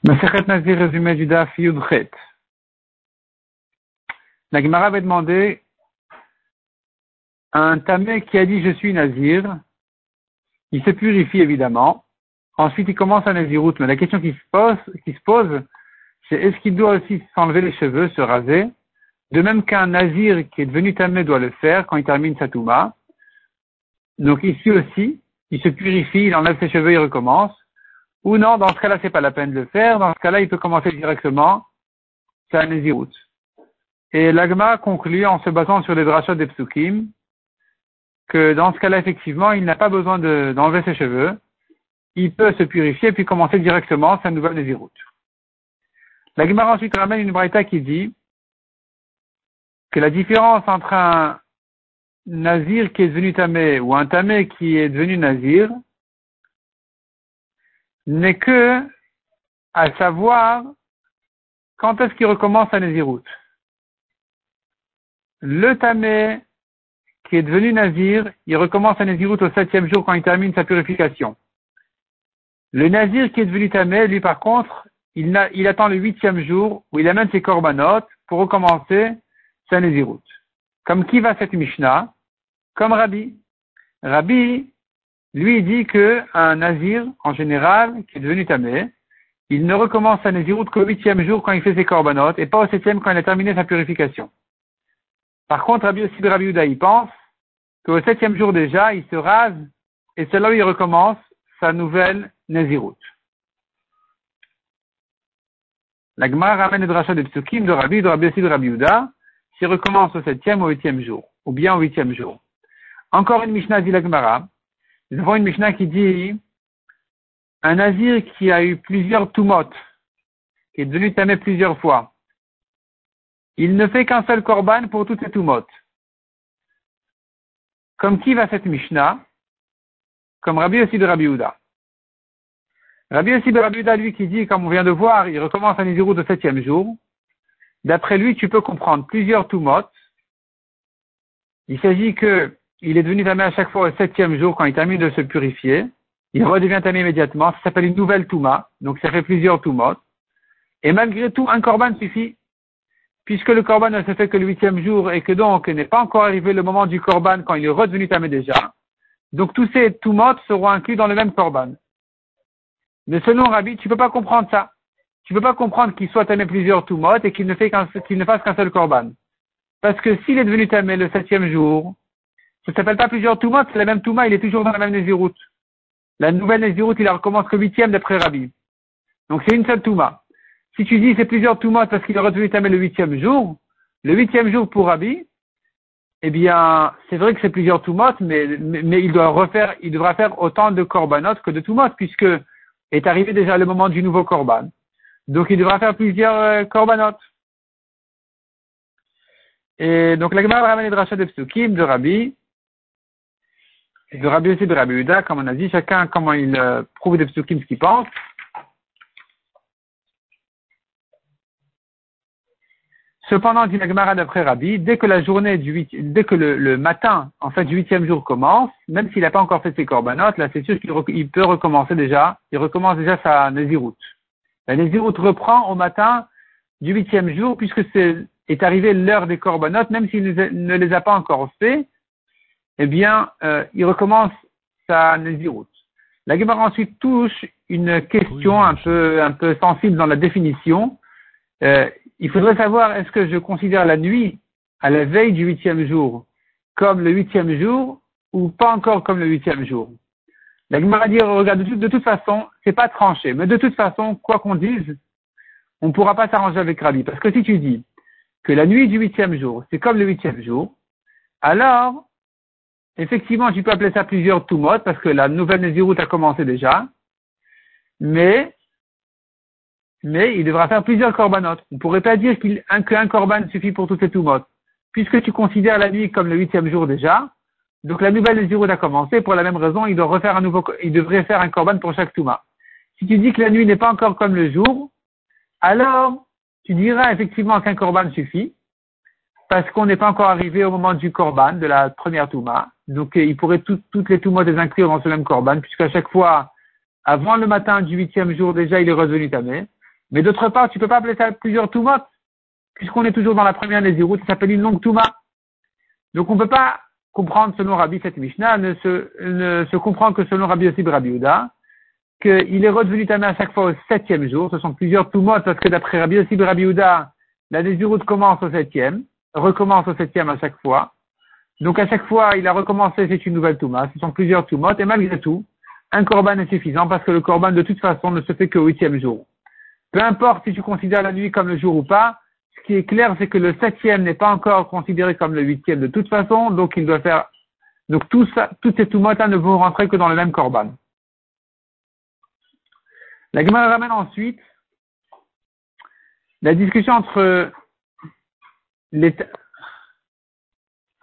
Masechet Nazir, résumé du Daf Yud Chet. La Gemara avait demandé à un tamé qui a dit je suis Nazir. Il se purifie évidemment. Ensuite il commence à Nazirout. Mais la question qui se pose, c'est est-ce qu'il doit aussi s'enlever les cheveux, se raser? De même qu'un Nazir qui est devenu tamé doit le faire quand il termine sa Touma. Donc ici aussi, il se purifie, il enlève ses cheveux, il recommence. Ou non, dans ce cas-là, c'est pas la peine de le faire. Dans ce cas-là, il peut commencer directement sa Nazirout. Et l'Agma conclut en se basant sur les drachot des psukim que dans ce cas-là, effectivement, il n'a pas besoin d'enlever ses cheveux. Il peut se purifier puis commencer directement sa nouvelle Nazirout. L'Agma ensuite ramène une braïta qui dit que la différence entre un Nazir qui est devenu tamé ou un tamé qui est devenu Nazir n'est que à savoir quand est-ce qu'il recommence sa Nazirout. Le tamé qui est devenu Nazir, il recommence sa Nazirout au 7e jour quand il termine sa purification. Le Nazir qui est devenu tamé, lui par contre, il attend le 8e jour où il amène ses korbanot pour recommencer sa Nazirout. Comme qui va cette Mishnah? Comme Rabbi. Rabbi, lui, dit que un Nazir, en général, qui est devenu tamé, il ne recommence sa Nazirout qu'au 8e jour quand il fait ses korbanot et pas au 7e quand il a terminé sa purification. Par contre, Rabbi Yehuda, il pense qu'au 7e jour déjà, il se rase et c'est là où il recommence sa nouvelle Nazirout. La Gemara ramène le drachat des psukim de Rabbi Yehuda, s'il recommence au 7e ou au 8e jour, ou bien au 8e jour. Encore une Mishnah dit la Gemara. Nous avons une Mishnah qui dit un Nazir qui a eu plusieurs tumot, qui est devenu tamé plusieurs fois. Il ne fait qu'un seul korban pour toutes ces tumot. Comme qui va cette Mishnah? Comme Rabbi aussi de Rabbi Yehuda. Rabbi aussi de Rabbi Yehuda, lui qui dit, comme on vient de voir, il recommence un Nazirout au 7e jour. D'après lui, tu peux comprendre plusieurs tumot. Il s'agit que il est devenu tamé à chaque fois au 7e jour quand il termine de se purifier. Il redevient tamé immédiatement. Ça s'appelle une nouvelle touma. Donc ça fait plusieurs tumot. Et malgré tout, un korban suffit. Puisque le korban ne se fait que le 8e jour et que donc n'est pas encore arrivé le moment du korban quand il est redevenu tamé déjà. Donc tous ces tumot seront inclus dans le même korban. Mais selon Rabbi, tu peux pas comprendre ça. Tu peux pas comprendre qu'il soit tamé plusieurs tumot et qu'il ne fasse qu'un seul korban. Parce que s'il est devenu tamé le 7e jour, ça s'appelle pas plusieurs tumot, c'est la même touma, il est toujours dans la même Nazirout. La nouvelle Nazirout, il la recommence qu'au 8e d'après Rabbi. Donc c'est une seule touma. Si tu dis c'est plusieurs tumot parce qu'il est redevenu tamé le 8e jour, le 8e jour pour Rabbi, eh bien, c'est vrai que c'est plusieurs tumot, mais il devra faire autant de korbanot que de tumot, puisque est arrivé déjà le moment du nouveau korban. Donc il devra faire plusieurs korbanot. Et donc la Gemara ramène les drachot des psukim de Rabbi, et de Rabbi aussi de Rabbi Yehuda, comme on a dit, chacun comment il prouve des psukim ce qu'il pense. Cependant, dit la Gemara d'après Rabbi, dès que le matin, en fait, du 8e jour commence, même s'il n'a pas encore fait ses korbanot, là, c'est sûr qu'il peut recommencer déjà, il recommence déjà sa Nazirout. La Nazirout reprend au matin du 8e jour, puisque est arrivé l'heure des korbanot, même s'il ne les a pas encore fait, eh bien, il recommence sa Nazirout. La Gemara ensuite touche une question un peu sensible dans la définition. Il faudrait savoir, est-ce que je considère la nuit à la veille du 8e jour comme le 8e jour ou pas encore comme le 8e jour? La Gemara dit, regarde, de toute façon, c'est pas tranché, mais de toute façon, quoi qu'on dise, on ne pourra pas s'arranger avec Rabbi. Parce que si tu dis que la nuit du 8e jour, c'est comme le 8e jour, alors, effectivement, tu peux appeler ça plusieurs tumot parce que la nouvelle Nazirout a commencé déjà, mais il devra faire plusieurs korbanot. On ne pourrait pas dire qu'un korban suffit pour toutes ces tumot. Puisque tu considères la nuit comme le 8e jour déjà, donc la nouvelle Nazirout a commencé, pour la même raison, il devrait faire un korban pour chaque touma. Si tu dis que la nuit n'est pas encore comme le jour, alors tu diras effectivement qu'un korban suffit, parce qu'on n'est pas encore arrivé au moment du korban, de la première touma. Donc il pourrait toutes les tumot les inclure dans ce même korban, puisqu'à chaque fois, avant le matin du 8e jour déjà, il est revenu tamé. Mais d'autre part, tu peux pas appeler ça plusieurs Toumot, puisqu'on est toujours dans la première Nézirut, ça s'appelle une longue Touma. Donc on peut pas comprendre selon Rabbi cette Mishnah, ne se comprend que selon Rabbi Yossi Rabbi Yehuda, qu'il est redevenu tamé à chaque fois au 7e jour. Ce sont plusieurs Toumot, parce que d'après Rabbi Yossi Rabbi Yehuda, la Nézirut commence au 7e, recommence au 7e à chaque fois. Donc à chaque fois, il a recommencé, c'est une nouvelle Touma. Ce sont plusieurs Toumot, et malgré tout, un korban est suffisant, parce que le korban de toute façon ne se fait qu'au 8e jour. Peu importe si tu considères la nuit comme le jour ou pas, ce qui est clair, c'est que le 7e n'est pas encore considéré comme le 8e de toute façon, donc il doit faire, donc tout ça, toutes ces Toumot ne vont rentrer que dans le même korban. La Gemara ramène ensuite la discussion entre